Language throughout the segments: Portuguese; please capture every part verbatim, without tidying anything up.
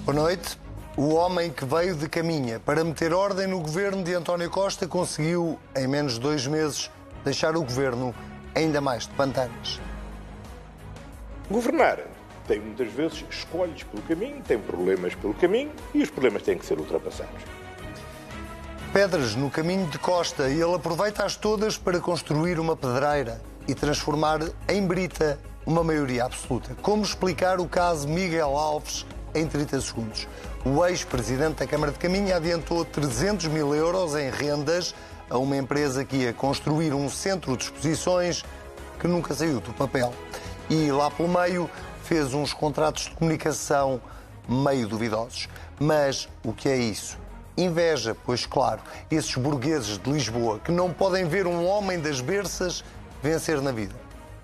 Boa noite. O homem que veio de caminha para meter ordem no governo de António Costa conseguiu, em menos de dois meses, deixar o governo ainda mais de pantanas. Governar tem muitas vezes escolhas pelo caminho, tem problemas pelo caminho e os problemas têm que ser ultrapassados. Pedras no caminho de Costa e ele aproveita-as todas para construir uma pedreira e transformar em brita uma maioria absoluta. Como explicar o caso Miguel Alves em trinta segundos? O ex-presidente da Câmara de Caminha adiantou trezentos mil euros em rendas a uma empresa que ia construir um centro de exposições que nunca saiu do papel. E lá pelo meio fez uns contratos de comunicação meio duvidosos. Mas o que é isso? Inveja, pois claro, esses burgueses de Lisboa que não podem ver um homem das berças vencer na vida.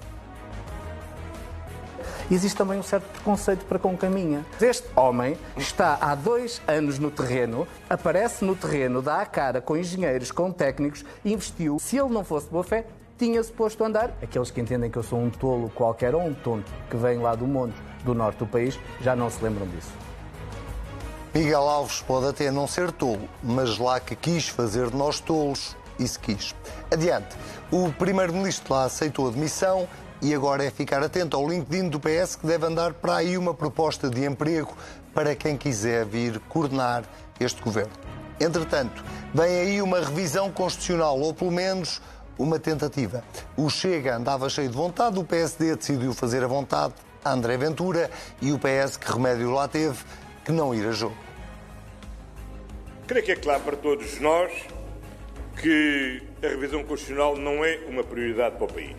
Existe também um certo preconceito para com Caminha. Este homem está há dois anos no terreno, aparece no terreno, dá a cara com engenheiros, com técnicos, investiu. Se ele não fosse de boa fé, tinha-se posto a andar. Aqueles que entendem que eu sou um tolo qualquer ou um tonto que vem lá do monte do norte do país, já não se lembram disso. Miguel Alves pode até não ser tolo, mas lá que quis fazer de nós tolos, isso quis. Adiante. O primeiro-ministro lá aceitou a demissão e agora é ficar atento ao LinkedIn do P S, que deve andar para aí uma proposta de emprego para quem quiser vir coordenar este governo. Entretanto, vem aí uma revisão constitucional, ou pelo menos uma tentativa. O Chega andava cheio de vontade, o P S D decidiu fazer a vontade a André Ventura e o P S, que remédio lá teve, que não ir a jogo. Creio que é claro para todos nós que a revisão constitucional não é uma prioridade para o país.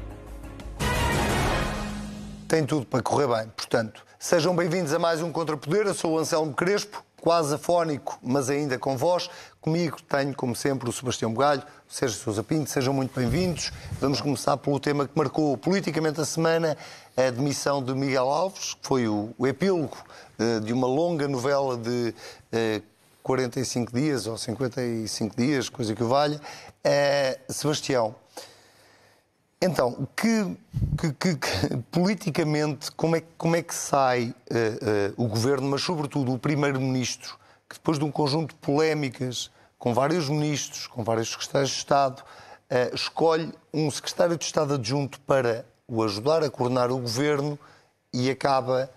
Tem tudo para correr bem. Portanto, sejam bem-vindos a mais um Contrapoder. Eu sou o Anselmo Crespo, quase afónico, mas ainda com voz. Comigo tenho, como sempre, o Sebastião Bugalho, o Sérgio Sousa Pinto. Sejam muito bem-vindos. Vamos começar pelo tema que marcou politicamente a semana, a demissão de Miguel Alves, que foi o, o epílogo uh, de uma longa novela de uh, quarenta e cinco dias ou cinquenta e cinco dias, coisa que o valha. Uh, Sebastião, então, que, que, que, que politicamente, como é, como é que sai uh, uh, o governo, mas sobretudo o primeiro-ministro, que depois de um conjunto de polémicas com vários ministros, com vários secretários de Estado, uh, escolhe um secretário de Estado adjunto para o ajudar a coordenar o governo e acaba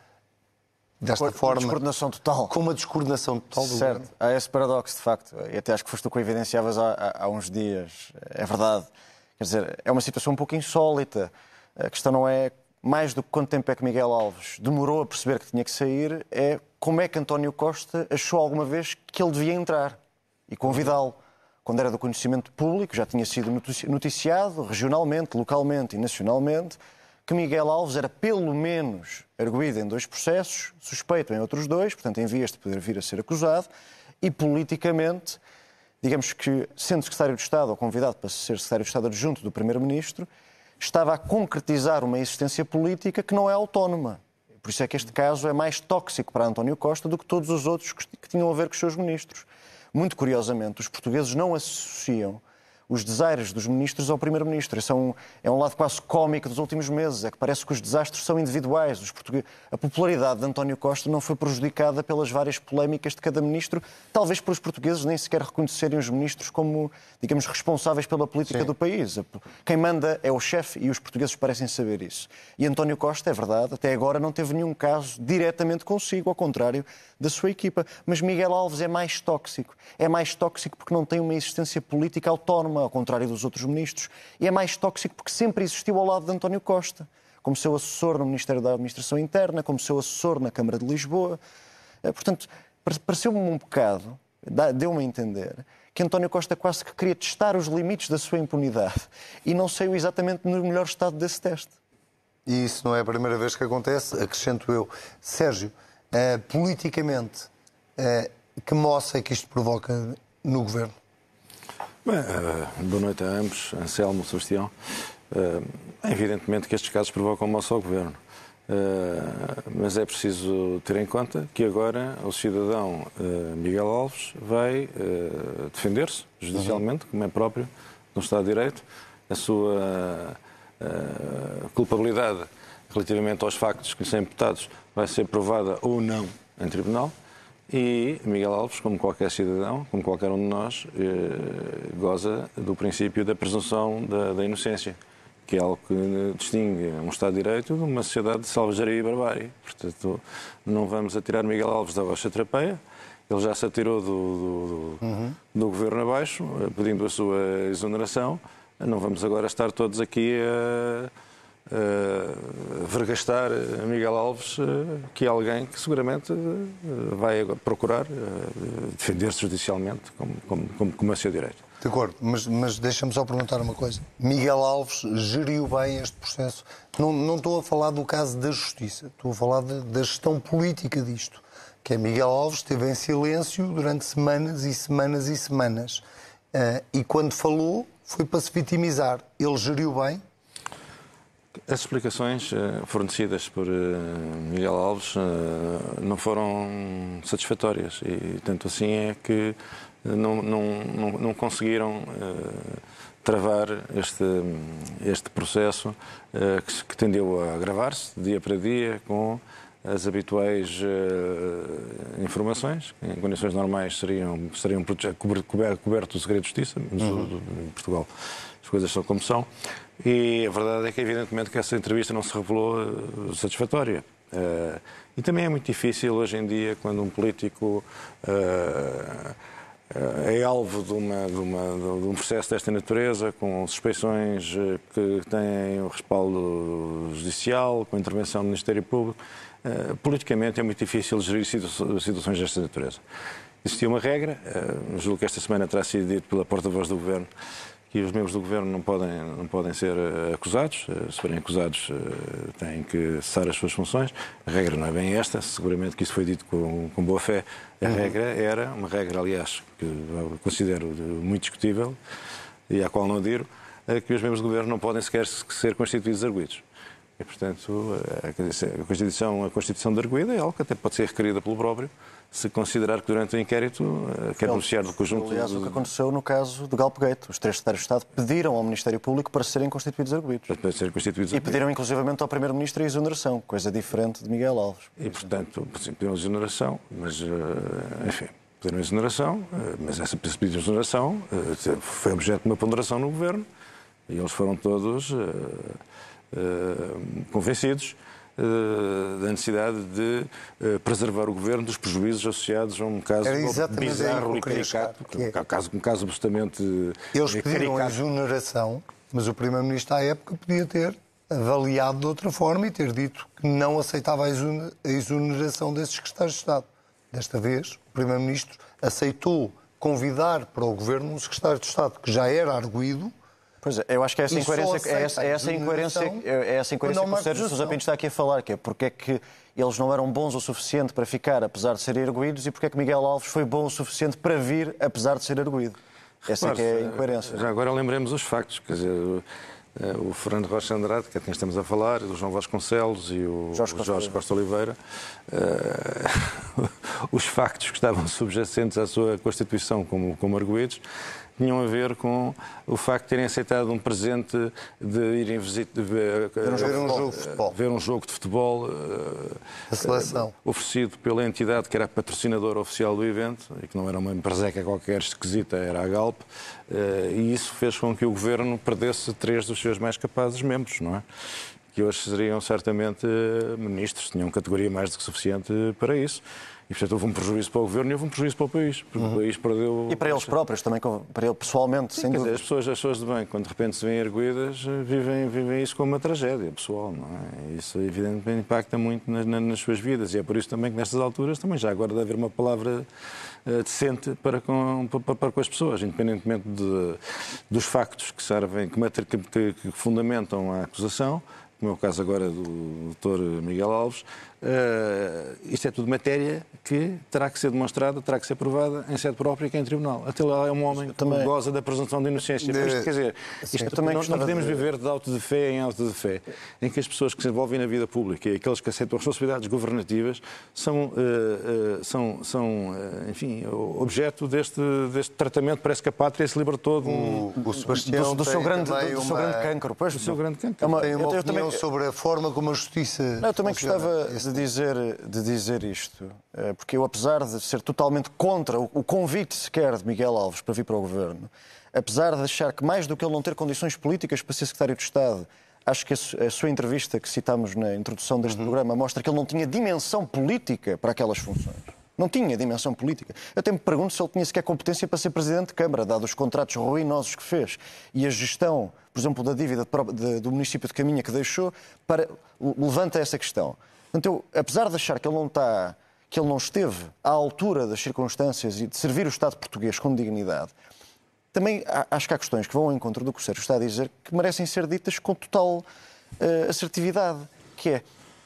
desta com forma... uma descoordenação total. Com uma descoordenação total do certo. governo. Há esse paradoxo, de facto. E até acho que foste tu que o evidenciavas há, há, há uns dias. É verdade. Quer dizer, é uma situação um pouco insólita. A questão não é mais do que quanto tempo é que Miguel Alves demorou a perceber que tinha que sair, é como é que António Costa achou alguma vez que ele devia entrar e convidá-lo. Quando era do conhecimento público, já tinha sido noticiado regionalmente, localmente e nacionalmente, que Miguel Alves era pelo menos arguido em dois processos, suspeito em outros dois, portanto em vias de poder vir a ser acusado, e politicamente, digamos que, sendo secretário de Estado ou convidado para ser secretário de Estado adjunto do primeiro-ministro, estava a concretizar uma existência política que não é autónoma. Por isso é que este caso é mais tóxico para António Costa do que todos os outros que tinham a ver com os seus ministros. Muito curiosamente, os portugueses não associam os desaires dos ministros ao primeiro-ministro. Esse é um, é um lado quase cómico dos últimos meses. É que parece que os desastres são individuais. Os portugueses... A popularidade de António Costa não foi prejudicada pelas várias polémicas de cada ministro, talvez por os portugueses nem sequer reconhecerem os ministros como, digamos, responsáveis pela política Sim. do país. Quem manda é o chefe e os portugueses parecem saber isso. E António Costa, é verdade, até agora não teve nenhum caso diretamente consigo, ao contrário da sua equipa. Mas Miguel Alves é mais tóxico. É mais tóxico porque não tem uma existência política autónoma, ao contrário dos outros ministros. E é mais tóxico porque sempre existiu ao lado de António Costa, como seu assessor no Ministério da Administração Interna, como seu assessor na Câmara de Lisboa. Portanto, pareceu-me um bocado, deu-me a entender, que António Costa quase que queria testar os limites da sua impunidade e não saiu exatamente no melhor estado desse teste. E isso não é a primeira vez que acontece, acrescento eu. Sérgio, uh, politicamente, uh, que moça é que isto provoca no governo? Bem, uh, boa noite a ambos, Anselmo, Sebastião. Uh, evidentemente que estes casos provocam moça ao governo. Uh, mas é preciso ter em conta que agora o cidadão uh, Miguel Alves vai uh, defender-se judicialmente, como é próprio de um Estado de Direito. A sua uh, culpabilidade relativamente aos factos que lhe são imputados vai ser provada ou não em tribunal e Miguel Alves, como qualquer cidadão, como qualquer um de nós, eh, goza do princípio da presunção da, da inocência, que é algo que distingue um Estado de Direito de uma sociedade de salvajaria e barbárie. Portanto, não vamos atirar Miguel Alves da rocha trapeia. Ele já se atirou do, do, do, uhum. do governo abaixo, pedindo a sua exoneração. Não vamos agora estar todos aqui a, a vergastar a Miguel Alves, que é alguém que seguramente vai procurar defender-se judicialmente, como, como, como, como é seu direito. De acordo, mas, mas deixa-me só perguntar uma coisa. Miguel Alves geriu bem este processo? Não, não estou a falar do caso da justiça, estou a falar de, da gestão política disto. Que é Miguel Alves esteve em silêncio durante semanas e semanas e semanas. Uh, e quando falou, foi para se vitimizar. Ele geriu bem? As explicações uh, fornecidas por uh, Miguel Alves uh, não foram satisfatórias. E tanto assim é que não, não, não, não conseguiram uh, travar este, este processo uh, que, que tendeu a agravar-se dia para dia com as habituais uh, informações, que em condições normais seriam, seriam cobertos do segredo de justiça, mas uhum. em Portugal as coisas são como são, e a verdade é que evidentemente que essa entrevista não se revelou uh, satisfatória. Uh, e também é muito difícil hoje em dia, quando um político uh, é alvo de, uma, de, uma, de um processo desta natureza, com suspeições que têm o respaldo judicial, com a intervenção do Ministério Público. Uh, politicamente é muito difícil gerir situações desta natureza. Existia uma regra, uh, julgo que esta semana terá sido dito pela porta-voz do Governo, que os membros do Governo não podem, não podem ser uh, acusados. Uh, se forem acusados, uh, têm que cessar as suas funções. A regra não é bem esta, seguramente que isso foi dito com, com boa fé. A uhum. regra era, uma regra, aliás, que eu considero muito discutível e à qual não adiro, uh, que os membros do Governo não podem sequer ser constituídos arguidos. E, portanto, a Constituição, a Constituição de arguida é algo que até pode ser requerida pelo próprio, se considerar que durante o inquérito quer beneficiar do conjunto... Aliás, o que aconteceu no caso do Galpegate. Os três secretários de Estado pediram ao Ministério Público para serem constituídos arguidos. Para serem constituídos e pediram, inclusivamente, ao Primeiro-Ministro a exoneração, coisa diferente de Miguel Alves. E, portanto, pediram a exoneração, mas, enfim, pediram a exoneração, mas essa pedido de exoneração foi objeto de uma ponderação no Governo e eles foram todos... Uh, convencidos uh, da necessidade de uh, preservar o Governo dos prejuízos associados a um caso bizarro e caricato, que é... um, caso, um caso absolutamente Eles pediram a exoneração, mas o Primeiro-Ministro à época podia ter avaliado de outra forma e ter dito que não aceitava a exoneração desses secretários de Estado. Desta vez, o Primeiro-Ministro aceitou convidar para o Governo um secretário de Estado que já era arguido. Pois é, eu acho que é essa incoerência, é essa, é essa incoerência, é essa incoerência que o Sérgio Sousa Pinto está aqui a falar, que é porque é que eles não eram bons o suficiente para ficar, apesar de serem arguídos, e porque é que Miguel Alves foi bom o suficiente para vir, apesar de ser arguído. Essa é que é a incoerência. Já agora lembremos os factos, quer dizer, o Fernando Rocha Andrade, que é de quem estamos a falar, o João Vasconcelos e o Jorge Costa, Jorge Costa Oliveira, uh, os factos que estavam subjacentes à sua constituição como, como arguídos, tinham a ver com o facto de terem aceitado um presente de irem visitar, ver, ver, um, ver um jogo de futebol, ver um jogo de futebol a seleção. Uh, oferecido pela entidade que era a patrocinadora oficial do evento e que não era uma empreseca qualquer esquisita, era a Galp, uh, e isso fez com que o Governo perdesse três dos seus mais capazes membros, não é? Que hoje seriam certamente ministros, tinham categoria mais do que suficiente para isso. E, portanto, houve um prejuízo para o Governo e houve um prejuízo para o país. Porque uhum. o país perdeu... E para eles próprios também, para ele pessoalmente, Sim, sem dúvida. Dizer, as, pessoas, as pessoas de bem, quando de repente se veem erguidas, vivem, vivem isso como uma tragédia pessoal, não é? Isso, evidentemente, impacta muito nas, nas suas vidas. E é por isso também que, nestas alturas, também já agora deve haver uma palavra uh, decente para com, para, para com as pessoas, independentemente de, dos factos que servem, que, que, que fundamentam a acusação, como é o caso agora do doutor Miguel Alves. Uh, isto é tudo matéria que terá que ser demonstrada, terá que ser provada em sede própria e em tribunal. Até lá é um homem que também goza da presunção de inocência. De... Isto, quer dizer, isto Sim, também não, não podemos de... viver de auto de fé em auto de fé, em que as pessoas que se envolvem na vida pública e aqueles que aceitam responsabilidades governativas são, uh, uh, são, são uh, enfim, objeto deste, deste tratamento. Parece que a pátria se libertou de um, o, o Sebastião do, do, seu grande, do, do uma... seu grande cancro. Pois, do seu grande cancro. É uma, eu, eu também, sobre a forma como a justiça... Não, eu também gostava de dizer, de dizer isto, porque eu, apesar de ser totalmente contra o convite sequer de Miguel Alves para vir para o Governo, apesar de achar que mais do que ele não ter condições políticas para ser Secretário de Estado, acho que a sua entrevista que citámos na introdução deste uhum. programa mostra que ele não tinha dimensão política para aquelas funções. Não tinha dimensão política. Eu até me pergunto se ele tinha sequer competência para ser Presidente de Câmara, dado os contratos ruinosos que fez e a gestão, por exemplo, da dívida de, de, do município de Caminha que deixou, para, levanta essa questão. Portanto, eu, apesar de achar que ele não está, que ele não esteve à altura das circunstâncias e de servir o Estado português com dignidade, também acho que há questões que vão ao encontro do que o Sérgio está a dizer que merecem ser ditas com total uh, assertividade, que é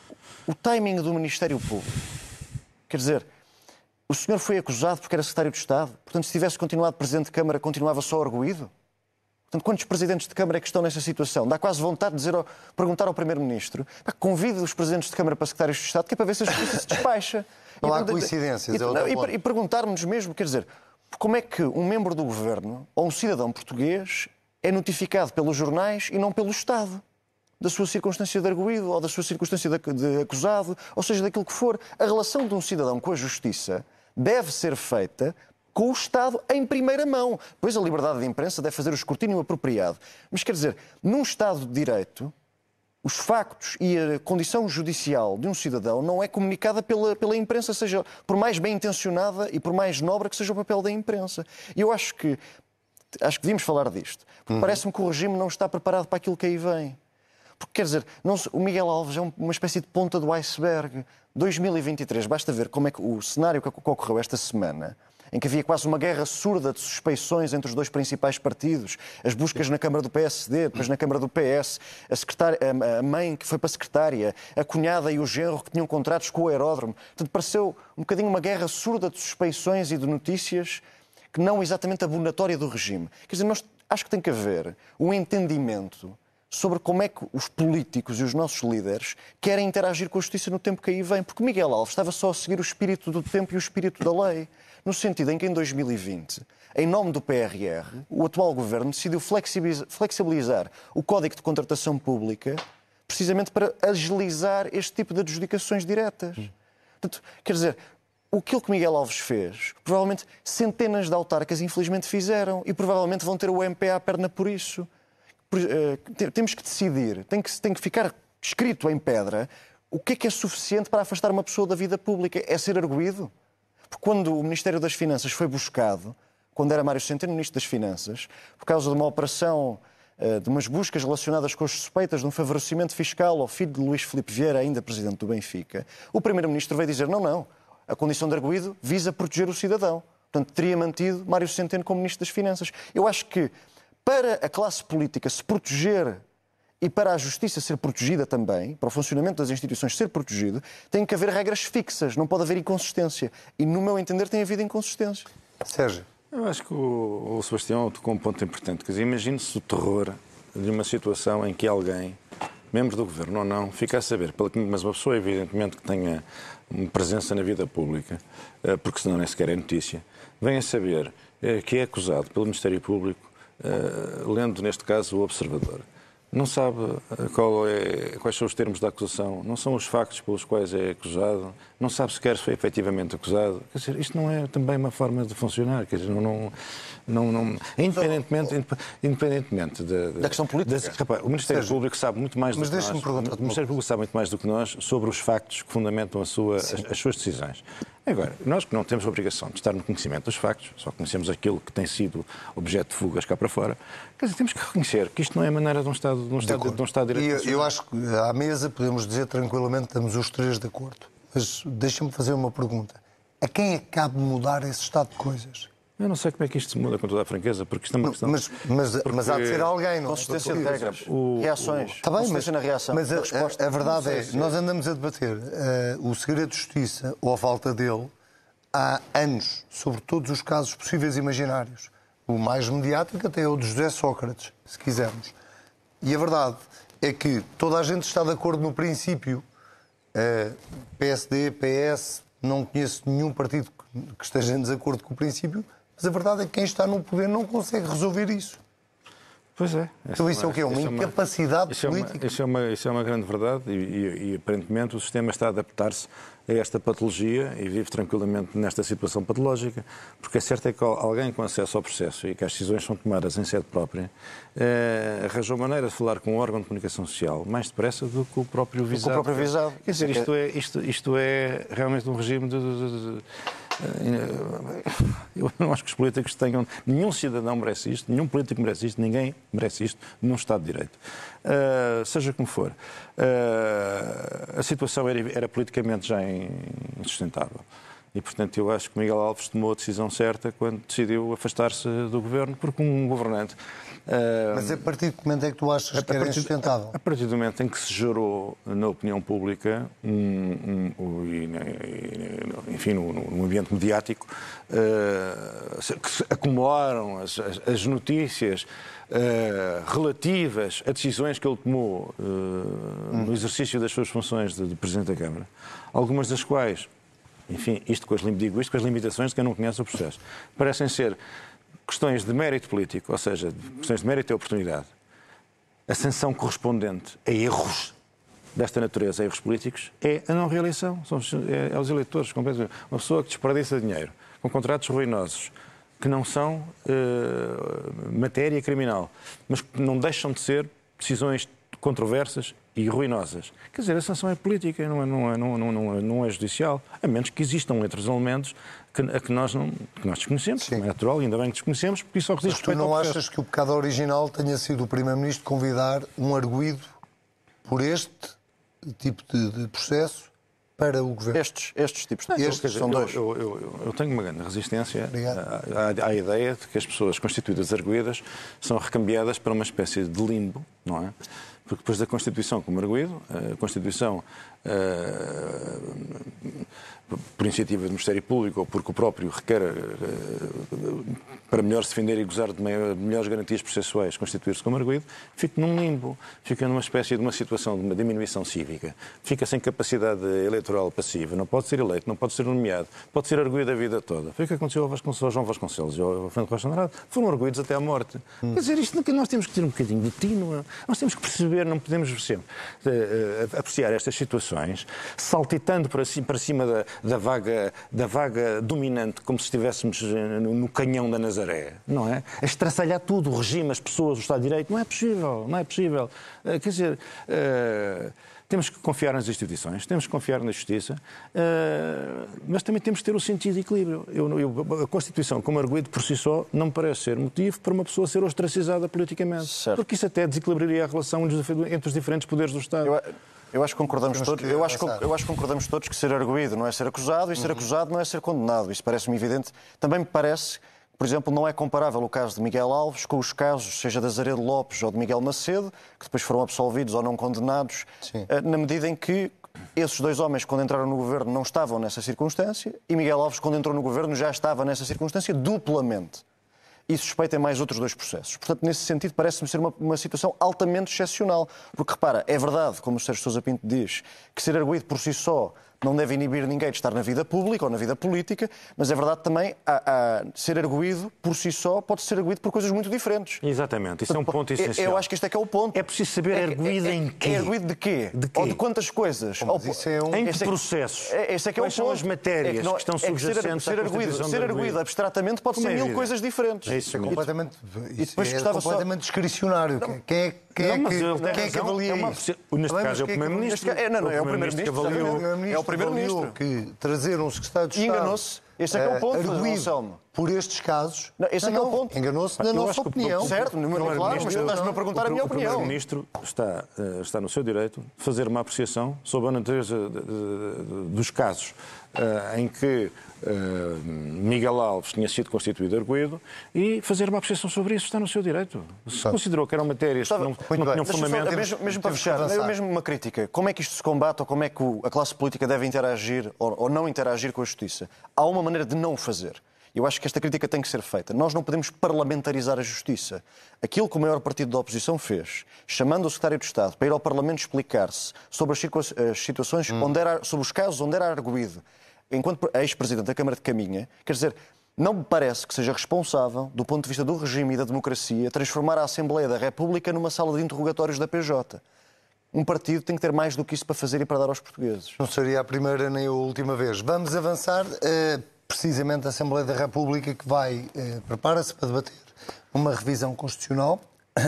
o timing do Ministério Público. Quer dizer, o senhor foi acusado porque era Secretário de Estado. Portanto, se tivesse continuado Presidente de Câmara, continuava só arguído? Portanto, quantos Presidentes de Câmara é que estão nessa situação? Dá quase vontade de dizer ao, perguntar ao Primeiro-Ministro, convide os Presidentes de Câmara para Secretários de Estado, que é para ver se a justiça se despacha. Não e, há coincidências. E, é não, e, e perguntar-nos mesmo, quer dizer, como é que um membro do Governo ou um cidadão português é notificado pelos jornais e não pelo Estado? Da sua circunstância de arguído ou da sua circunstância de, de acusado, ou seja, daquilo que for. A relação de um cidadão com a justiça deve ser feita com o Estado em primeira mão. Pois a liberdade de imprensa deve fazer o escrutínio apropriado. Mas, quer dizer, num Estado de Direito, os factos e a condição judicial de um cidadão não é comunicada pela, pela imprensa, seja por mais bem intencionada e por mais nobre que seja o papel da imprensa. E eu acho que, acho que devíamos falar disto. Porque uhum. parece-me que o regime não está preparado para aquilo que aí vem. Porque, quer dizer, não, o Miguel Alves é uma espécie de ponta do iceberg. dois mil e vinte e três, basta ver como é que o cenário que ocorreu esta semana, em que havia quase uma guerra surda de suspeições entre os dois principais partidos, as buscas na Câmara do P S D, depois na Câmara do P S, a, secretária, a mãe que foi para a secretária, a cunhada e o genro que tinham contratos com o aeródromo. Portanto, pareceu um bocadinho uma guerra surda de suspeições e de notícias que não exatamente abonatória do regime. Quer dizer, nós acho que tem que haver um entendimento sobre como é que os políticos e os nossos líderes querem interagir com a justiça no tempo que aí vem. Porque Miguel Alves estava só a seguir o espírito do tempo e o espírito da lei. No sentido em que, em dois mil e vinte, em nome do P R R, o atual governo decidiu flexibilizar o Código de Contratação Pública precisamente para agilizar este tipo de adjudicações diretas. Portanto, quer dizer, aquilo que Miguel Alves fez, provavelmente centenas de autarcas infelizmente fizeram e provavelmente vão ter o M P à perna por isso. Temos que decidir, tem que, tem que ficar escrito em pedra o que é que é suficiente para afastar uma pessoa da vida pública. É ser arguído? Porque quando o Ministério das Finanças foi buscado, quando era Mário Centeno Ministro das Finanças, por causa de uma operação, de umas buscas relacionadas com as suspeitas de um favorecimento fiscal ao filho de Luís Filipe Vieira, ainda Presidente do Benfica, o Primeiro-Ministro veio dizer não, não, a condição de arguído visa proteger o cidadão. Portanto, teria mantido Mário Centeno como Ministro das Finanças. Eu acho que para a classe política se proteger e para a justiça ser protegida também, para o funcionamento das instituições ser protegido, tem que haver regras fixas, não pode haver inconsistência. E, no meu entender, tem havido inconsistência. Sérgio. Eu acho que o, o Sebastião tocou um ponto importante. Quer dizer, imagine-se o terror de uma situação em que alguém, membro do governo ou não, fica a saber, mas uma pessoa, evidentemente, que tenha uma presença na vida pública, porque senão nem sequer é notícia, vem a saber que é acusado pelo Ministério Público, Uh, lendo, neste caso, o Observador. Não sabe qual é, quais são os termos da acusação, não são os factos pelos quais é acusado, não sabe sequer se foi efetivamente acusado. Quer dizer, isto não é também uma forma de funcionar. Quer dizer, não, não, não, não independentemente, independentemente de, de, da questão política. De, rapaz, o Ministério Seja, Público sabe muito mais do que nós. O Ministério Público sabe muito mais do que nós sobre os factos que fundamentam a sua, as, as suas decisões. Agora, nós que não temos a obrigação de estar no conhecimento dos factos, só conhecemos aquilo que tem sido objeto de fugas cá para fora, quer dizer, temos que reconhecer que isto não é a maneira de um Estado de, um estado, de, de, um estado de Direito. E eu, eu acho que à mesa podemos dizer tranquilamente que estamos os três de acordo. Mas deixa-me fazer uma pergunta. A quem é que cabe mudar esse estado de coisas? Eu não sei como é que isto se muda com toda a franqueza, porque isto é uma questão... Mas, mas, porque... mas há de ser alguém, não é? Consistência de regras, o... reações. Está bem, mas, na reação, mas a, a, a verdade é, nós andamos a debater uh, o segredo de justiça, ou a falta dele, há anos, sobre todos os casos possíveis e imaginários. O mais mediático até é o de José Sócrates, se quisermos. E a verdade é que toda a gente está de acordo no princípio. Uh, P S D, P S, não conheço nenhum partido que esteja em desacordo com o princípio, mas a verdade é que quem está no poder não consegue resolver isso. Pois é. Então isso é o quê? Uma incapacidade isso é uma, política? isso, é uma, isso é uma grande verdade e, e, e aparentemente o sistema está a adaptar-se a esta patologia e vive tranquilamente nesta situação patológica, porque é certo é que alguém com acesso ao processo e que as decisões são tomadas em sede própria eh, arranjou maneira de falar com um órgão de comunicação social mais depressa do que o próprio visado. Do que o próprio visado. Quer dizer, isto é, isto, isto é realmente um regime de, de, de, de eu não acho que os políticos tenham... Nenhum cidadão merece isto, nenhum político merece isto, ninguém merece isto num Estado de Direito. Uh, seja como for. Uh, a situação era, era politicamente já insustentável. E, portanto, eu acho que Miguel Alves tomou a decisão certa quando decidiu afastar-se do governo, porque um governante... Uh, Mas a partir de que momento é que tu achas que era insustentável? A, a partir do momento em que se gerou na opinião pública, um, um, e, enfim, no, no ambiente mediático, uh, que se acumularam as, as, as notícias uh, relativas a decisões que ele tomou uh, hum. no exercício das suas funções de, de Presidente da Câmara, algumas das quais, enfim, isto com as, digo isto com as limitações de quem não conhece o processo, parecem ser questões de mérito político, ou seja, questões de mérito e oportunidade. A sanção correspondente a erros desta natureza, a erros políticos, é a não reeleição. São os, é, é os eleitores. Uma pessoa que desperdiça dinheiro com contratos ruinosos, que não são uh, matéria criminal, mas que não deixam de ser decisões controversas e ruinosas. Quer dizer, a sanção é política, não é, não é, não, não, não é judicial, a menos que existam outros elementos que, a que, nós não, que nós desconhecemos. Sim. Não é natural, ainda bem que desconhecemos, porque isso só resiste respeito ao processo. Mas tu não achas que o pecado original tenha sido o Primeiro-Ministro convidar um arguido por este tipo de, de processo para o Governo? Estes, estes tipos de não, estes dizer, são eu, dois. Eu, eu, eu, eu tenho uma grande resistência à, à, à ideia de que as pessoas constituídas arguídas são recambiadas para uma espécie de limbo, não é? Porque depois da Constituição como arguído, a Constituição, uh, por iniciativa do Ministério Público ou porque o próprio requer, uh, para melhor se defender e gozar de melhores garantias processuais, constituir-se como arguído, fica num limbo, fica numa espécie de uma situação de uma diminuição cívica, fica sem capacidade eleitoral passiva, não pode ser eleito, não pode ser nomeado, pode ser arguído a vida toda. Foi o que aconteceu ao, Vasconcelos, ao João Vasconcelos e ao Fernando Rocha Andrade. Foram arguídos até à morte. Hum. Quer dizer, isto nós temos que ter um bocadinho de tino, nós temos que perceber, não podemos sempre uh, uh, apreciar estas situações saltitando para cima, para cima da, da, vaga, da vaga dominante, como se estivéssemos no, no canhão da Nazaré, não é? A estraçalhar tudo, o regime, as pessoas, o Estado de Direito, não é possível, não é possível. Uh, quer dizer, uh, temos que confiar nas instituições, temos que confiar na justiça, uh, mas também temos que ter o sentido de equilíbrio. Eu, eu, a Constituição, como arguído por si só, não me parece ser motivo para uma pessoa ser ostracizada politicamente. Certo. Porque isso até desequilibraria a relação entre os diferentes poderes do Estado. Eu, eu acho que concordamos todos. Que eu, acho, eu acho que concordamos todos que ser arguído não é ser acusado e ser uhum. acusado não é ser condenado. Isso parece-me evidente. Também me parece, por exemplo, não é comparável o caso de Miguel Alves com os casos, seja de Azeredo Lopes ou de Miguel Macedo, que depois foram absolvidos ou não condenados, Sim. na medida em que esses dois homens, quando entraram no governo, não estavam nessa circunstância e Miguel Alves, quando entrou no governo, já estava nessa circunstância duplamente. E suspeita em mais outros dois processos. Portanto, nesse sentido, parece-me ser uma, uma situação altamente excepcional. Porque, repara, é verdade, como o Sérgio Sousa Pinto diz, que ser arguído por si só não deve inibir ninguém de estar na vida pública ou na vida política, mas é verdade também, a, a ser arguído por si só pode ser arguído por coisas muito diferentes. Exatamente, isso Portanto, é um ponto essencial. Eu acho que este é que é o ponto. É preciso saber arguído é, é, em quê? É arguído de quê? De quê? Ou de quantas coisas? Ou, isso é um... Em que processos? É, esse é que é Quais o ponto. são as matérias é que, não, que estão é que subjacentes ser, ser arguído, ser arguído abstratamente pode Como ser é mil coisas diferentes. É isso, é completamente, e depois é completamente só... discricionário. Não, quem é, quem é não, que, quem é que avalia é uma, isso? Neste caso é o Primeiro-Ministro. É, não, não, é o Primeiro-Ministro. É o Primeiro-Ministro que trazer um secretário de Estado. Enganou-se. Esse é que é o ponto, Anselmo. Por estes casos. Não, esse é que é o ponto. Enganou-se na nossa opinião. Certo, não é claro, mas estás-me a perguntar a minha opinião. O Primeiro-Ministro está, está no seu direito de fazer uma apreciação sobre a natureza dos casos em que Miguel Alves tinha sido constituído arguído e fazer uma apreciação sobre isso está no seu direito. Se considerou que eram matérias que não, não tinham fundamento... Só, mesmo, mesmo para fechar, é mesmo uma crítica. Como é que isto se combate ou como é que a classe política deve interagir ou, ou não interagir com a justiça? Há uma maneira de não o fazer. Eu acho que esta crítica tem que ser feita. Nós não podemos parlamentarizar a justiça. Aquilo que o maior partido da oposição fez, chamando o secretário de Estado para ir ao Parlamento explicar-se sobre as situações, hum. onde era, sobre os casos onde era arguído, enquanto ex-presidente da Câmara de Caminha, quer dizer, não me parece que seja responsável, do ponto de vista do regime e da democracia, transformar a Assembleia da República numa sala de interrogatórios da P J. Um partido tem que ter mais do que isso para fazer e para dar aos portugueses. Não seria a primeira nem a última vez. Vamos avançar, eh, precisamente a Assembleia da República, que vai, eh, prepara-se para debater uma revisão constitucional.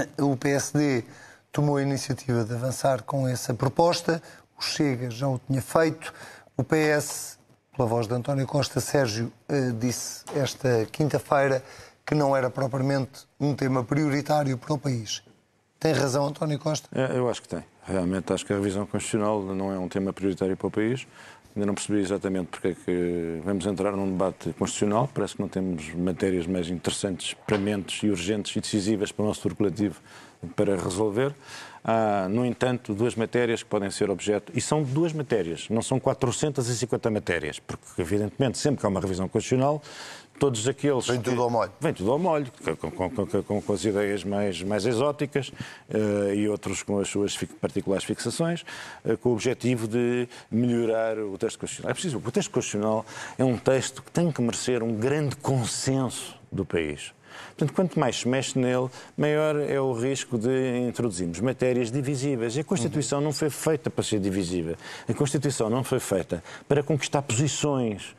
O P S D tomou a iniciativa de avançar com essa proposta, o Chega já o tinha feito, o P S, pela voz de António Costa, Sérgio eh, disse esta quinta-feira que não era propriamente um tema prioritário para o país. Tem razão António Costa? É, eu acho que tem. Realmente acho que a revisão constitucional não é um tema prioritário para o país. Ainda não percebi exatamente porque é que vamos entrar num debate constitucional. Parece que não temos matérias mais interessantes, prementes e urgentes e decisivas para o nosso futuro coletivo para resolver. Há, no entanto, duas matérias que podem ser objeto, e são duas matérias, não são quatrocentas e cinquenta matérias, porque, evidentemente, sempre que há uma revisão constitucional, todos aqueles... Vem tudo ao molho. Vem tudo ao molho, com, com, com, com, com as ideias mais, mais exóticas uh, e outros com as suas particulares fixações, uh, com o objetivo de melhorar o texto constitucional. É preciso, o texto constitucional é um texto que tem que merecer um grande consenso do país. Portanto, quanto mais se mexe nele, maior é o risco de introduzirmos matérias divisíveis. E a Constituição não foi feita para ser divisível. A Constituição não foi feita para conquistar posições,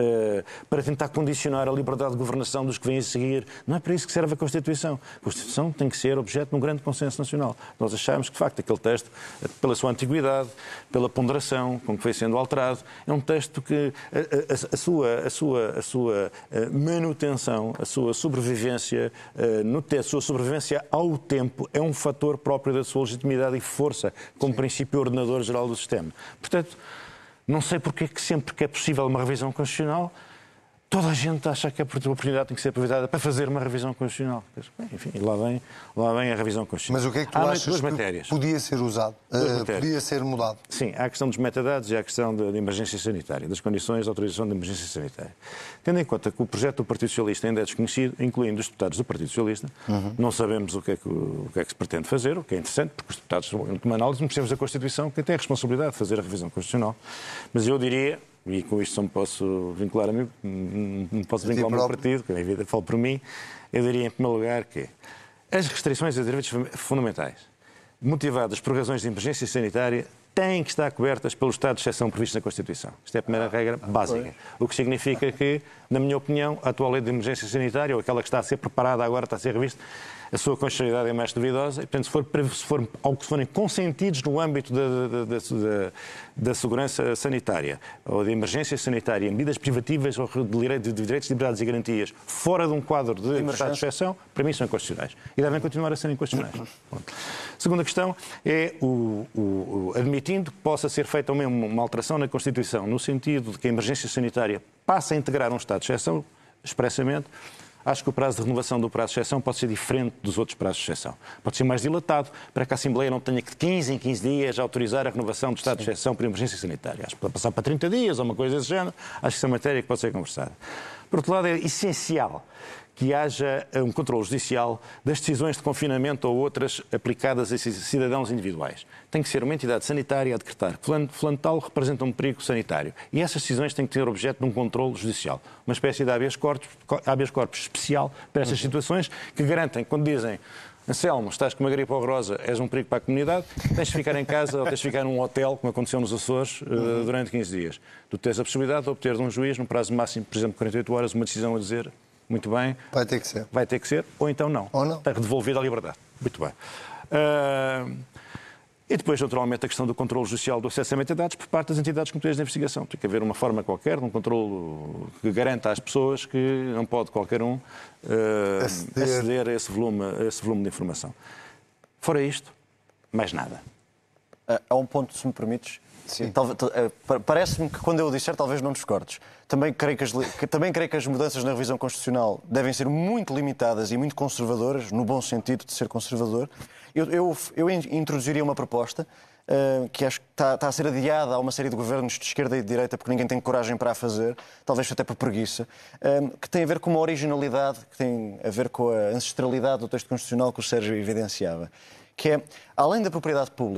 para tentar condicionar a liberdade de governação dos que vêm a seguir. Não é para isso que serve a Constituição. A Constituição tem que ser objeto de um grande consenso nacional. Nós achamos que, de facto, aquele texto, pela sua antiguidade, pela ponderação com que foi sendo alterado, é um texto que a, a, a, sua, a, sua, a sua manutenção, a sua sobrevivência, no texto, a sua sobrevivência ao tempo é um fator próprio da sua legitimidade e força como Sim. princípio ordenador geral do sistema. Portanto, não sei porque é que sempre que é possível uma revisão constitucional, toda a gente acha que a oportunidade tem que ser aproveitada para fazer uma revisão constitucional. Enfim, lá vem, lá vem a revisão constitucional. Mas o que é que tu há achas duas que matérias. podia ser usado? Uh, podia ser mudado? Sim, há a questão dos metadados e há a questão de, de emergência sanitária, das condições de autorização de emergência sanitária. Tendo em conta que o projeto do Partido Socialista ainda é desconhecido, incluindo os deputados do Partido Socialista, uhum. não sabemos o que, é que, o que é que se pretende fazer, o que é interessante, porque os deputados, em última análise, não precisamos da Constituição, quem tem a responsabilidade de fazer a revisão constitucional. Mas eu diria... e com isto só me posso vincular a mim, não posso vincular ao meu partido, que a minha vida falo por mim, eu diria em primeiro lugar que as restrições a direitos fundamentais, motivadas por razões de emergência sanitária, têm que estar cobertas pelo estado de exceção previsto na Constituição. Esta é a primeira regra básica. O que significa que, na minha opinião, a atual lei de emergência sanitária, ou aquela que está a ser preparada agora, está a ser revista, a sua constitucionalidade é mais duvidosa e, portanto, se for, se for algo que forem consentidos no âmbito da, da, da, da, da segurança sanitária ou de emergência sanitária, medidas privativas ou de direitos, de direitos, liberdades e garantias fora de um quadro de estado de exceção, para mim são inconstitucionais. E devem continuar a ser inconstitucionais. Segunda questão é o, o, o admitindo que possa ser feita uma, uma alteração na Constituição, no sentido de que a emergência sanitária passe a integrar um estado de exceção, expressamente. Acho que o prazo de renovação do prazo de exceção pode ser diferente dos outros prazos de exceção. Pode ser mais dilatado, para que a Assembleia não tenha que de quinze em quinze dias autorizar a renovação do estado Sim. de exceção para emergência sanitária. Acho que pode passar para trinta dias ou uma coisa desse género. Acho que isso é uma matéria que pode ser conversada. Por outro lado, é essencial que haja um controle judicial das decisões de confinamento ou outras aplicadas a cidadãos individuais. Tem que ser uma entidade sanitária a decretar que fulano, fulano tal representa um perigo sanitário. E essas decisões têm que ter objeto de um controle judicial. Uma espécie de habeas corpus, habeas corpus especial para essas situações que garantem, quando dizem Anselmo, estás com uma gripe horrorosa, és um perigo para a comunidade, tens de ficar em casa ou tens de ficar num hotel, como aconteceu nos Açores, uh, durante quinze dias. Tu tens a possibilidade de obter de um juiz, num prazo máximo, por exemplo, de quarenta e oito horas, uma decisão a dizer... Muito bem. Vai ter que ser. Vai ter que ser, ou então não. Ou não. Está devolvida a liberdade. Muito bem. Uh, e depois, naturalmente, a questão do controle judicial do acesso a metadados por parte das entidades competentes de investigação. Tem que haver uma forma qualquer, um controle que garanta às pessoas que não pode qualquer um uh, aceder. aceder a esse volume, a esse volume de informação. Fora isto, mais nada. Há um ponto, se me permites. Sim. Parece-me que quando eu disser, talvez não discordes. Também creio que, as, também creio que as mudanças na revisão constitucional devem ser muito limitadas e muito conservadoras, no bom sentido de ser conservador. Eu, eu, eu introduziria uma proposta uh, que acho que está, está a ser adiada a uma série de governos de esquerda e de direita porque ninguém tem coragem para a fazer, talvez até por preguiça, um, que tem a ver com uma originalidade, que tem a ver com a ancestralidade do texto constitucional que o Sérgio evidenciava. Que é, além da propriedade pública,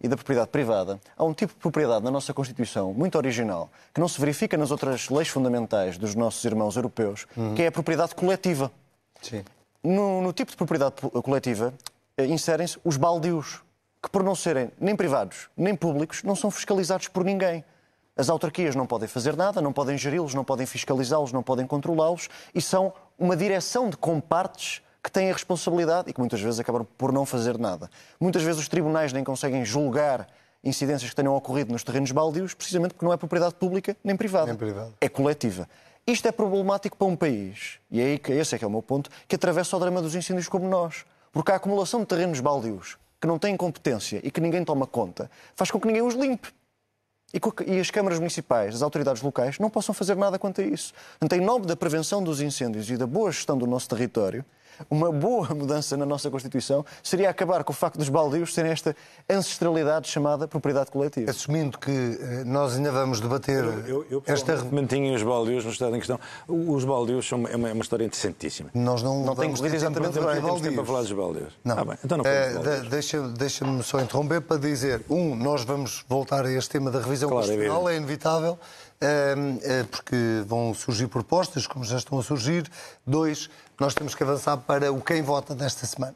e da propriedade privada, há um tipo de propriedade na nossa Constituição muito original, que não se verifica nas outras leis fundamentais dos nossos irmãos europeus, uhum. que é a propriedade coletiva. Sim. No, no tipo de propriedade coletiva, inserem-se os baldios, que por não serem nem privados nem públicos, não são fiscalizados por ninguém. As autarquias não podem fazer nada, não podem geri-los, não podem fiscalizá-los, não podem controlá-los e são uma direção de compartes que têm a responsabilidade e que muitas vezes acabam por não fazer nada. Muitas vezes os tribunais nem conseguem julgar incidências que tenham ocorrido nos terrenos baldios, precisamente porque não é propriedade pública nem privada. Nem privada. É coletiva. Isto é problemático para um país, e é aí que esse é que é o meu ponto, que atravessa o drama dos incêndios como nós. Porque a acumulação de terrenos baldios que não têm competência e que ninguém toma conta faz com que ninguém os limpe. E as câmaras municipais, as autoridades locais, não possam fazer nada quanto a isso. Portanto, em nome da prevenção dos incêndios e da boa gestão do nosso território, uma boa mudança na nossa Constituição seria acabar com o facto dos baldios serem esta ancestralidade chamada propriedade coletiva. Assumindo que eh, nós ainda vamos debater eu, eu, eu esta... mantinha os baldios no estado em questão. Os baldios são uma, é uma história interessantíssima. Nós não, não temos vamos exatamente tempo Não temos tempo a falar dos baldios. Não. Ah, bem, então não eh, baldios. deixa, deixa-me só interromper para dizer, um, nós vamos voltar a este tema da revisão claro, constitucional, é é inevitável, porque vão surgir propostas, como já estão a surgir. Dois, nós temos que avançar para o quem vota desta semana.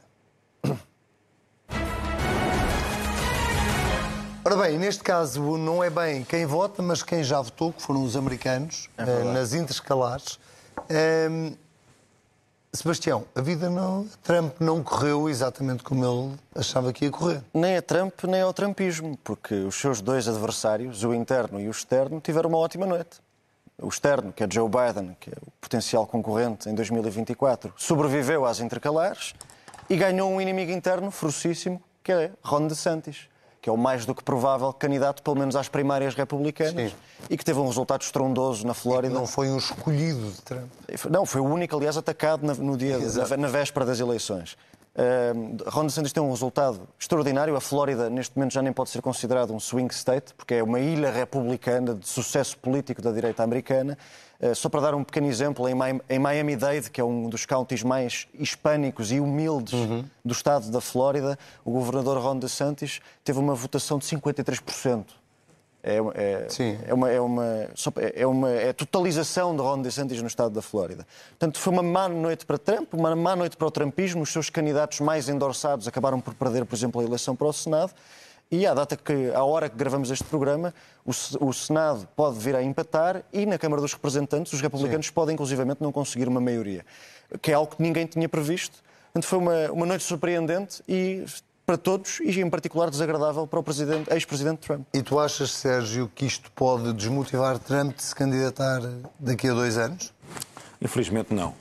Ora bem, neste caso não é bem quem vota, mas quem já votou, que foram os americanos, é nas interescalares. Um, Sebastião, a vida não... Trump não correu exatamente como ele achava que ia correr. Nem a Trump, nem ao trumpismo, porque os seus dois adversários, o interno e o externo, tiveram uma ótima noite. O externo, que é Joe Biden, que é o potencial concorrente em dois mil e vinte e quatro, sobreviveu às intercalares e ganhou um inimigo interno ferocíssimo, que é Ron DeSantis, que é o mais do que provável candidato, pelo menos às primárias republicanas, sim, e que teve um resultado estrondoso na Flórida. Não foi um escolhido de Trump. Não, foi o único, aliás, atacado no dia, na, na véspera das eleições. Uh, Ron DeSantis tem um resultado extraordinário. A Flórida, neste momento, já nem pode ser considerado um swing state, porque é uma ilha republicana de sucesso político da direita americana. Uh, só para dar um pequeno exemplo, em Miami-Dade, que é um dos counties mais hispânicos e humildes uhum. do estado da Flórida, o governador Ron DeSantis teve uma votação de cinquenta e três por cento. É, é, é, uma, é, uma, é uma é a totalização de Ron DeSantis no estado da Flórida. Portanto, foi uma má noite para Trump, uma má noite para o trumpismo. Os seus candidatos mais endossados acabaram por perder, por exemplo, a eleição para o Senado. E à data que, à hora que gravamos este programa, o, o Senado pode vir a empatar e na Câmara dos Representantes os republicanos Sim. podem, inclusivamente, não conseguir uma maioria. Que é algo que ninguém tinha previsto. Portanto, foi uma, uma noite surpreendente e... para todos e, em particular, desagradável para o presidente, ex-presidente Trump. E tu achas, Sérgio, que isto pode desmotivar Trump de se candidatar daqui a dois anos? Infelizmente, não.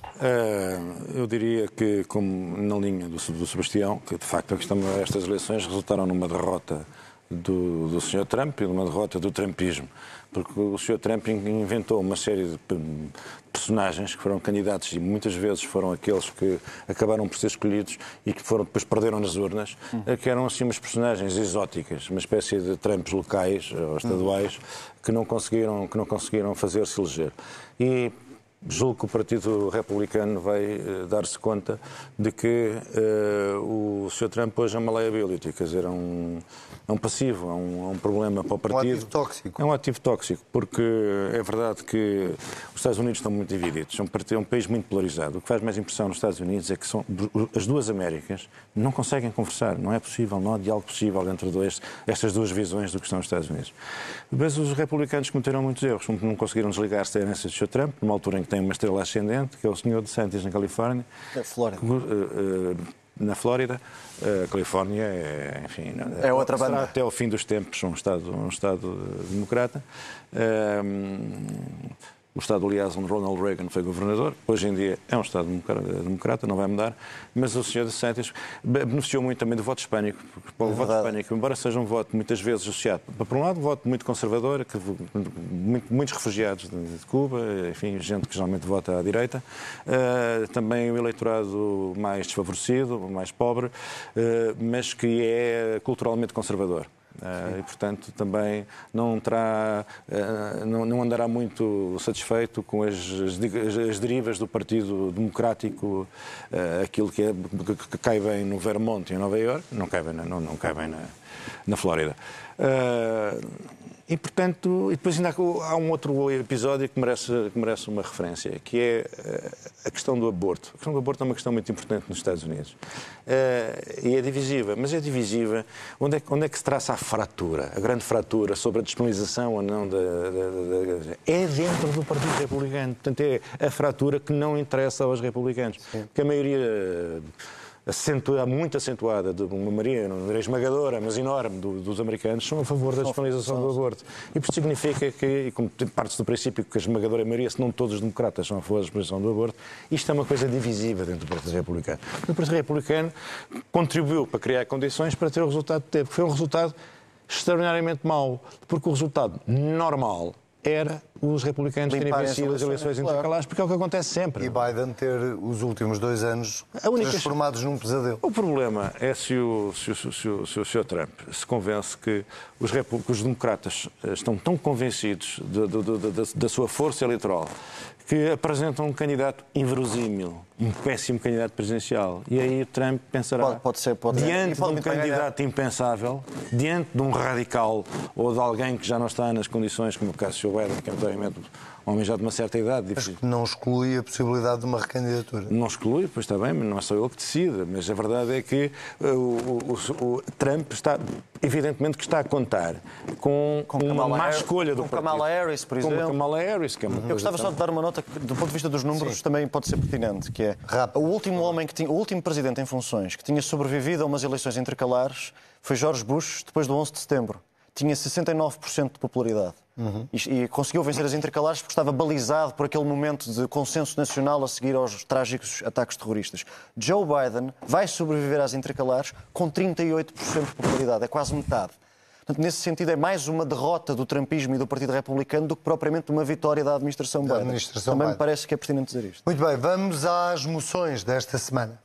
Eu diria que, como na linha do Sebastião, que, de facto, estas eleições resultaram numa derrota do, do senhor Trump e numa derrota do trumpismo. Porque o senhor Trump inventou uma série de personagens que foram candidatos e muitas vezes foram aqueles que acabaram por ser escolhidos e que foram, depois perderam nas urnas, hum. que eram assim umas personagens exóticas, uma espécie de Trumps locais ou estaduais hum. que não conseguiram, que não conseguiram fazer-se eleger. E julgo que o Partido Republicano vai uh, dar-se conta de que uh, o senhor Trump hoje é uma liability, quer dizer, é um, é um passivo, é um, é um problema para o partido. Um ativo tóxico. É um ativo tóxico, porque é verdade que os Estados Unidos estão muito divididos, é um, é um país muito polarizado. O que faz mais impressão nos Estados Unidos é que são, as duas Américas não conseguem conversar, não é possível, não há diálogo possível entre dois, estas duas visões do que estão os Estados Unidos. Mas os republicanos cometeram muitos erros, não conseguiram desligar-se da herança do senhor Trump, numa altura em que tem uma estrela ascendente, que é o senhor DeSantis na Califórnia. É Flórida. Na Flórida, a Califórnia é, enfim, é outra será banda. Até ao fim dos tempos um Estado, um Estado democrata. Um, o Estado, aliás, onde Ronald Reagan foi governador, hoje em dia é um Estado democrata, não vai mudar, mas o senhor DeSantis beneficiou muito também do voto hispânico, porque o é voto hispânico, embora seja um voto muitas vezes associado, por um lado, um voto muito conservador, que, muitos refugiados de Cuba, enfim, gente que geralmente vota à direita, uh, também o eleitorado mais desfavorecido, mais pobre, uh, mas que é culturalmente conservador. Uh, e, portanto, também não, terá, uh, não, não andará muito satisfeito com as, as, as derivas do Partido Democrático, uh, aquilo que, é, que, que cai bem no Vermont e em Nova Iorque, não cai bem, não, não cai bem na, na Flórida. Uh, E, portanto, e depois ainda há um outro episódio que merece, que merece uma referência, que é a questão do aborto. A questão do aborto é uma questão muito importante nos Estados Unidos. Uh, e é divisiva, mas é divisiva. Onde é, onde é que se traça a fratura, a grande fratura sobre a despenalização ou não da... da, da, da é dentro do Partido Republicano. Portanto, é a fratura que não interessa aos republicanos. Sim. Porque a maioria... Acentua, muito acentuada, de uma maioria, não direi esmagadora, mas enorme, do, dos americanos, são a favor da despenalização do aborto. E isto significa que, e como parte-se do princípio que a esmagadora maioria, se não todos os democratas são a favor da despenalização do aborto, isto é uma coisa divisiva dentro do Partido Republicano. O Partido Republicano contribuiu para criar condições para ter o resultado que teve, que foi um resultado extraordinariamente mau, porque o resultado normal era os republicanos terem vencido as eleições intercalares, porque é o que acontece sempre. E Biden ter os últimos dois anos única... transformados num pesadelo. O problema é se o, se o, se o, se o senhor Trump se convence que os, repu... que os democratas estão tão convencidos de, de, de, de, da sua força eleitoral que apresentam um candidato inverosímil, um péssimo candidato presidencial. E aí o Trump pensará, pode, pode ser, pode diante ser. Pode de um candidato ganhar. impensável, diante de um radical ou de alguém que já não está nas condições, como o caso do senhor Biden, que é notoriamente um homem já de uma certa idade. Mas que não exclui a possibilidade de uma recandidatura. Não exclui, pois está bem, mas não é só ele que decide. Mas a verdade é que o, o, o Trump está, evidentemente, que está a contar com, com uma má Harris, escolha do com partido. Kamala Harris, por exemplo. Com Kamala Harris, que é uma Eu gostava só de dar uma nota que, do ponto de vista dos números, Sim. também pode ser pertinente, que é Rápido. o último homem que tinha, o último presidente em funções que tinha sobrevivido a umas eleições intercalares foi George Bush, depois do onze de setembro. Tinha sessenta e nove por cento de popularidade. Uhum. E, e conseguiu vencer as intercalares porque estava balizado por aquele momento de consenso nacional a seguir aos trágicos ataques terroristas. Joe Biden vai sobreviver às intercalares com trinta e oito por cento de popularidade, é quase metade. Portanto, nesse sentido, é mais uma derrota do trumpismo e do Partido Republicano do que propriamente uma vitória da administração da Biden. Administração Também Biden. me parece que é pertinente dizer isto. Muito bem, vamos às moções desta semana.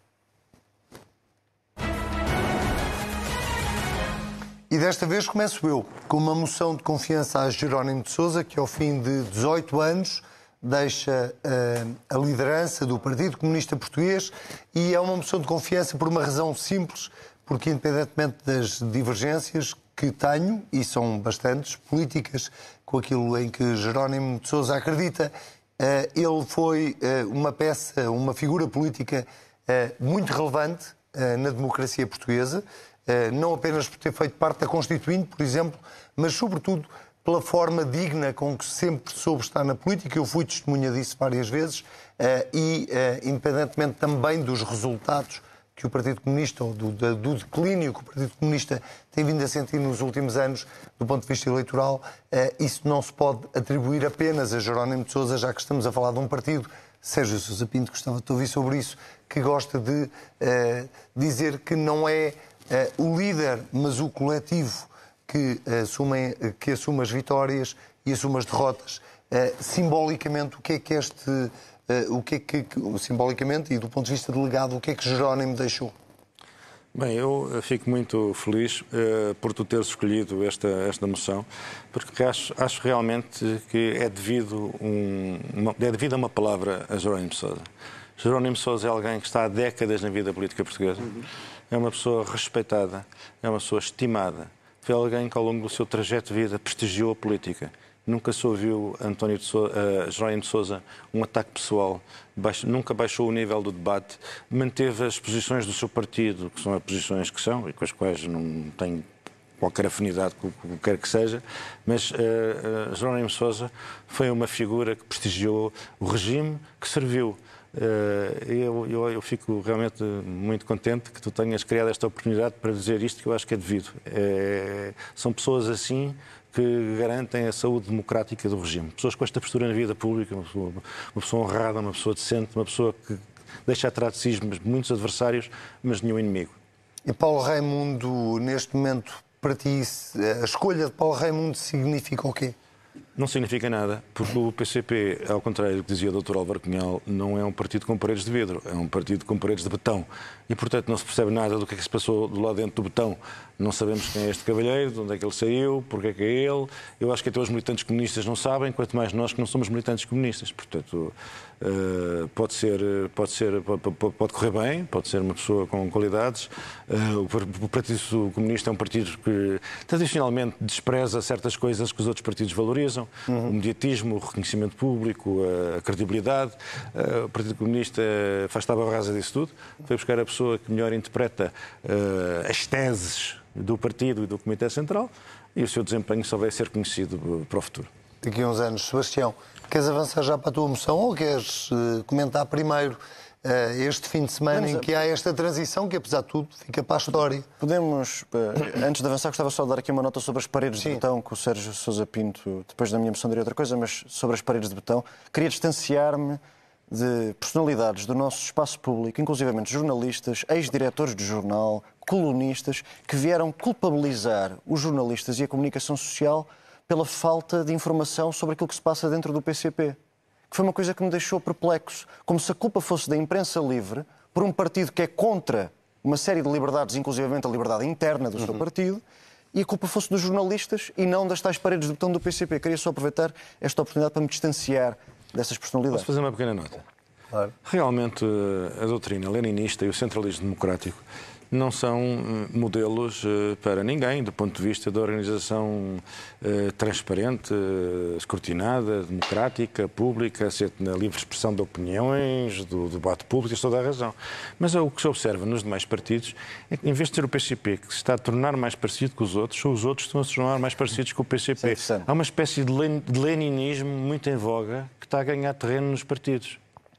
E desta vez começo eu, com uma moção de confiança a Jerónimo de Sousa, que ao fim de dezoito anos deixa uh, a liderança do Partido Comunista Português, e é uma moção de confiança por uma razão simples, porque independentemente das divergências que tenho, e são bastantes, políticas, com aquilo em que Jerónimo de Sousa acredita, uh, ele foi uh, uma peça, uma figura política uh, muito relevante uh, na democracia portuguesa, não apenas por ter feito parte da Constituinte, por exemplo, mas sobretudo pela forma digna com que sempre soube estar na política. Eu fui testemunha disso várias vezes e, independentemente também dos resultados que o Partido Comunista, ou do, do declínio que o Partido Comunista tem vindo a sentir nos últimos anos, do ponto de vista eleitoral, isso não se pode atribuir apenas a Jerónimo de Sousa, já que estamos a falar de um partido, Sérgio Sousa Pinto, gostava de te ouvir sobre isso, que gosta de uh, dizer que não é Uh, o líder, mas o coletivo que, uh, assume, uh, que assume as vitórias e assume as derrotas. Uh, simbolicamente, o que é que este... Uh, o que é que, que, simbolicamente e do ponto de vista de legado, o que é que Jerónimo deixou? Bem, eu fico muito feliz uh, por tu teres escolhido esta, esta moção, porque acho, acho realmente que é devido, um, uma, é devido a uma palavra a Jerónimo de Sousa. Jerónimo de Sousa é alguém que está há décadas na vida política portuguesa. Uhum. É uma pessoa respeitada, é uma pessoa estimada. Foi alguém que ao longo do seu trajeto de vida prestigiou a política. Nunca se ouviu António de Sousa, uh, Jerónimo de Sousa um ataque pessoal, baixo, nunca baixou o nível do debate, manteve as posições do seu partido, que são as posições que são e com as quais não tenho qualquer afinidade com o que quer que seja, mas uh, uh, Jerónimo de Sousa foi uma figura que prestigiou o regime, que serviu. Eu, eu, eu fico realmente muito contente que tu tenhas criado esta oportunidade para dizer isto, que eu acho que é devido. É, são pessoas assim que garantem a saúde democrática do regime. Pessoas com esta postura na vida pública, uma pessoa, uma pessoa honrada, uma pessoa decente, uma pessoa que deixa atrás de si muitos adversários, mas nenhum inimigo. E Paulo Raimundo, neste momento, para ti, a escolha de Paulo Raimundo significa o quê? Não significa nada, porque o P C P, ao contrário do que dizia o doutor Álvaro Cunhal, não é um partido com paredes de vidro, é um partido com paredes de betão. E, portanto, não se percebe nada do que é que se passou do lado dentro do betão Não sabemos quem é este cavalheiro, de onde é que ele saiu, porque é que é ele. Eu acho que até os militantes comunistas não sabem, quanto mais nós que não somos militantes comunistas. Portanto, uh, pode ser, pode ser, pode, pode correr bem, pode ser uma pessoa com qualidades. Uh, o Partido Comunista é um partido que tradicionalmente despreza certas coisas que os outros partidos valorizam. Uhum. O mediatismo, o reconhecimento público, a credibilidade. Uh, o Partido Comunista faz tábua rasa disso tudo. Foi buscar a pessoa que melhor interpreta uh, as teses do partido e do Comitê Central, e o seu desempenho só vai ser conhecido para o futuro. Daqui a uns anos. Sebastião, queres avançar já para a tua moção ou queres uh, comentar primeiro uh, este fim de semana Vamos em que há esta transição que, apesar de tudo, fica para a história? Podemos, uh, antes de avançar, gostava só de dar aqui uma nota sobre as paredes Sim. de betão, que o Sérgio Sousa Pinto, depois da minha moção, diria outra coisa, mas sobre as paredes de betão. Queria distanciar-me de personalidades do nosso espaço público, inclusivamente jornalistas, ex-diretores de jornal, colunistas, que vieram culpabilizar os jornalistas e a comunicação social pela falta de informação sobre aquilo que se passa dentro do P C P. Que foi uma coisa que me deixou perplexo. Como se a culpa fosse da imprensa livre, por um partido que é contra uma série de liberdades, inclusivamente a liberdade interna do uhum. seu partido, e a culpa fosse dos jornalistas e não das tais paredes de betão do P C P. Queria só aproveitar esta oportunidade para me distanciar dessas personalidades. Posso fazer uma pequena nota? Claro. Realmente, a doutrina leninista e o centralismo democrático não são modelos para ninguém, do ponto de vista da organização transparente, escrutinada, democrática, pública, na livre expressão de opiniões, do debate público, tens toda a razão. Mas o que se observa nos demais partidos é que, em vez de ser o P C P que se está a tornar mais parecido com os outros, são os outros que estão a se tornar mais parecidos com o P C P. Sim, Há uma espécie de leninismo muito em voga que está a ganhar terreno nos partidos.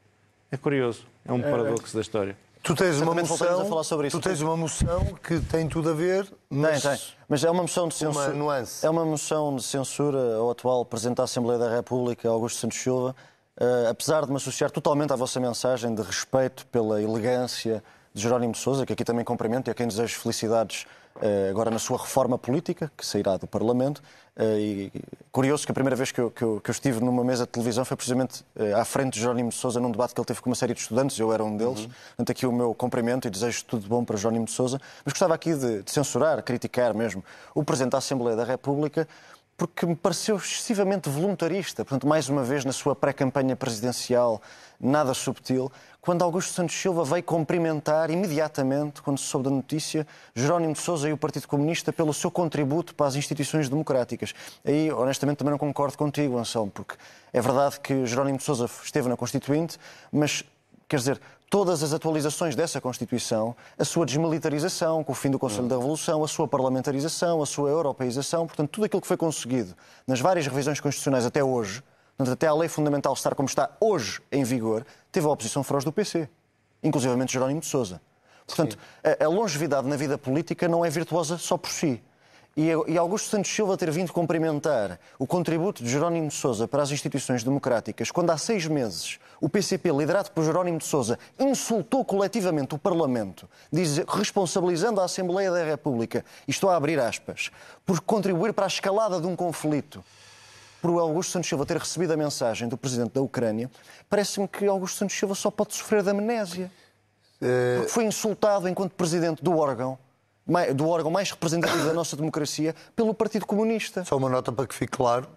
É curioso, é um paradoxo da história. Tu tens uma moção, a falar sobre isso. tu tens uma moção que tem tudo a ver, mas... Tem, tem. Mas é uma moção de censura. Uma nuance. É uma moção de censura ao atual Presidente da Assembleia da República, Augusto Santos Silva, uh, apesar de me associar totalmente à vossa mensagem de respeito pela elegância de Jerónimo de Sousa, que aqui também cumprimento e a quem desejo felicidades uh, agora na sua reforma política, que sairá do Parlamento. Uh, e curioso que a primeira vez que eu, que, eu, que eu estive numa mesa de televisão foi precisamente uh, à frente de Jerónimo de Sousa, num debate que ele teve com uma série de estudantes, eu era um deles. Uhum. Portanto, aqui o meu cumprimento e desejo tudo de bom para Jerónimo de Sousa. Mas gostava aqui de, de censurar, criticar mesmo o Presidente da Assembleia da República, porque me pareceu excessivamente voluntarista, portanto, mais uma vez na sua pré-campanha presidencial, nada subtil, quando Augusto Santos Silva veio cumprimentar imediatamente, quando se soube da notícia, Jerónimo de Sousa e o Partido Comunista pelo seu contributo para as instituições democráticas. Aí, honestamente, também não concordo contigo, Anselmo, porque é verdade que Jerónimo de Sousa esteve na Constituinte, mas, quer dizer, todas as atualizações dessa Constituição, a sua desmilitarização, com o fim do Conselho da Revolução, a sua parlamentarização, a sua europeização, portanto, tudo aquilo que foi conseguido nas várias revisões constitucionais até hoje, portanto, até a lei fundamental estar como está hoje em vigor, teve a oposição feroz do P C, inclusivamente Jerónimo de Sousa. Portanto, a, a longevidade na vida política não é virtuosa só por si. E, e Augusto Santos Silva ter vindo cumprimentar o contributo de Jerónimo de Sousa para as instituições democráticas, quando há seis meses o P C P, liderado por Jerónimo de Sousa, insultou coletivamente o Parlamento, diz, responsabilizando a Assembleia da República, e estou a abrir aspas, por contribuir para a escalada de um conflito, por o Augusto Santos Silva ter recebido a mensagem do Presidente da Ucrânia, parece-me que Augusto Santos Silva só pode sofrer de amnésia. Porque foi insultado enquanto Presidente do órgão, do órgão mais representativo da nossa democracia, pelo Partido Comunista. Só uma nota para que fique claro,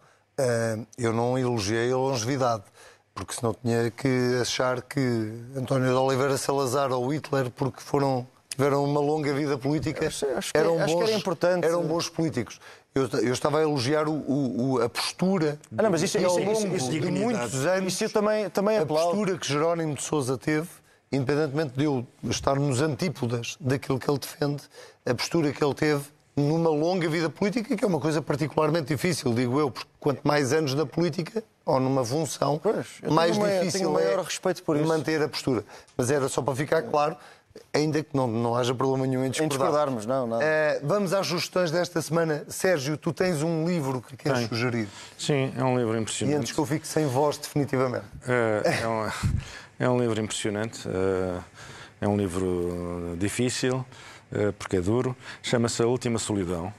eu não elogiei a longevidade, porque senão tinha que achar que António de Oliveira Salazar ou Hitler, porque foram, tiveram uma longa vida política, acho, acho que, eram, acho bons, que era importante. eram bons políticos. Eu, eu estava a elogiar o, o, a postura ah, não, mas isso, e ao isso, longo isso, isso, de muitos anos, isso eu também, também a aplaudo. postura que Jerónimo de Sousa teve, independentemente de eu estar nos antípodas daquilo que ele defende, a postura que ele teve numa longa vida política, que é uma coisa particularmente difícil, digo eu, porque quanto mais anos na política, ou numa função, pois, mais uma, difícil maior é respeito por isso. manter a postura. Mas era só para ficar claro, ainda que não, não haja problema nenhum em discordar. Em discordarmos, não, não. Uh, vamos às sugestões desta semana. Sérgio, tu tens um livro que queres Tenho. sugerir? Sim, é um livro E impressionante. antes que eu fique sem voz, definitivamente. É, é, um, é um livro impressionante. É um livro difícil, porque é duro. Chama-se A Última Solidão.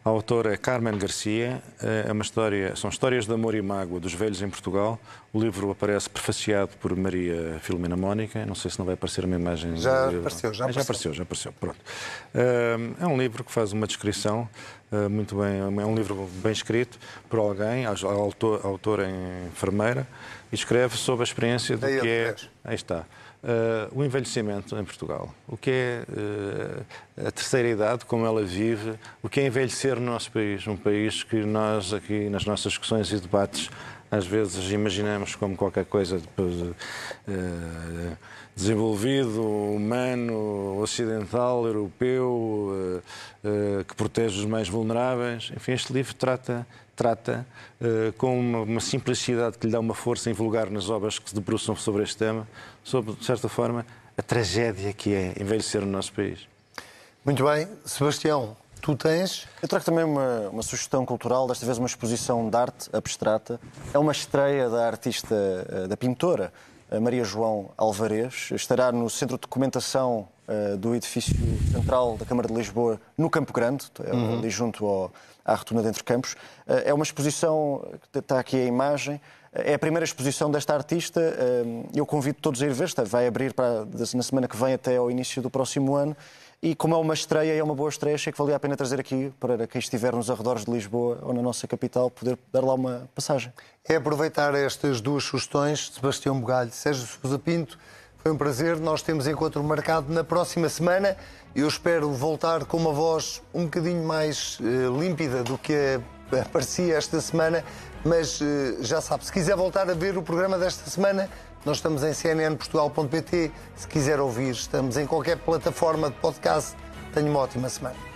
A autora é Carmen Garcia. É uma história, são histórias de amor e mágoa dos velhos em Portugal. O livro aparece prefaciado por Maria Filomena Mónica. Não sei se não vai aparecer uma imagem. Já apareceu, já apareceu. Já apareceu, já apareceu. Pronto. É um livro que faz uma descrição muito bem. É um livro bem escrito por alguém, a autora é enfermeira, e escreve sobre a experiência do que é. Aí está. Uh, o envelhecimento em Portugal, o que é uh, a terceira idade, como ela vive, o que é envelhecer no nosso país, um país que nós aqui nas nossas discussões e debates às vezes imaginamos como qualquer coisa de, uh, desenvolvido, humano, ocidental, europeu, uh, uh, que protege os mais vulneráveis. Enfim, este livro trata trata uh, com uma, uma simplicidade que lhe dá uma força invulgar nas obras que se debruçam sobre este tema, sobre, de certa forma, a tragédia que é envelhecer no nosso país. Muito bem. Sebastião, tu tens... Eu trago também uma, uma sugestão cultural, desta vez uma exposição de arte abstrata. É uma estreia da artista, da pintora, Maria João Alvarez. Estará no Centro de Documentação uh, do edifício central da Câmara de Lisboa, no Campo Grande, uhum. ali junto ao, à Rotunda de Entre Campos. Uh, é uma exposição, está aqui a imagem, é a primeira exposição desta artista. Uh, eu convido todos a ir ver, vai abrir para, na semana que vem até ao início do próximo ano. E como é uma estreia, é uma boa estreia, achei que valia a pena trazer aqui para quem estiver nos arredores de Lisboa ou na nossa capital poder dar lá uma passagem. É aproveitar estas duas sugestões, Sebastião Bugalho, Sérgio Sousa Pinto. Foi um prazer, nós temos encontro marcado na próxima semana. Eu espero voltar com uma voz um bocadinho mais uh, límpida do que aparecia esta semana, mas uh, já sabe, se quiser voltar a ver o programa desta semana, nós estamos em c n n portugal ponto p t. Se quiser ouvir, estamos em qualquer plataforma de podcast. Tenha uma ótima semana.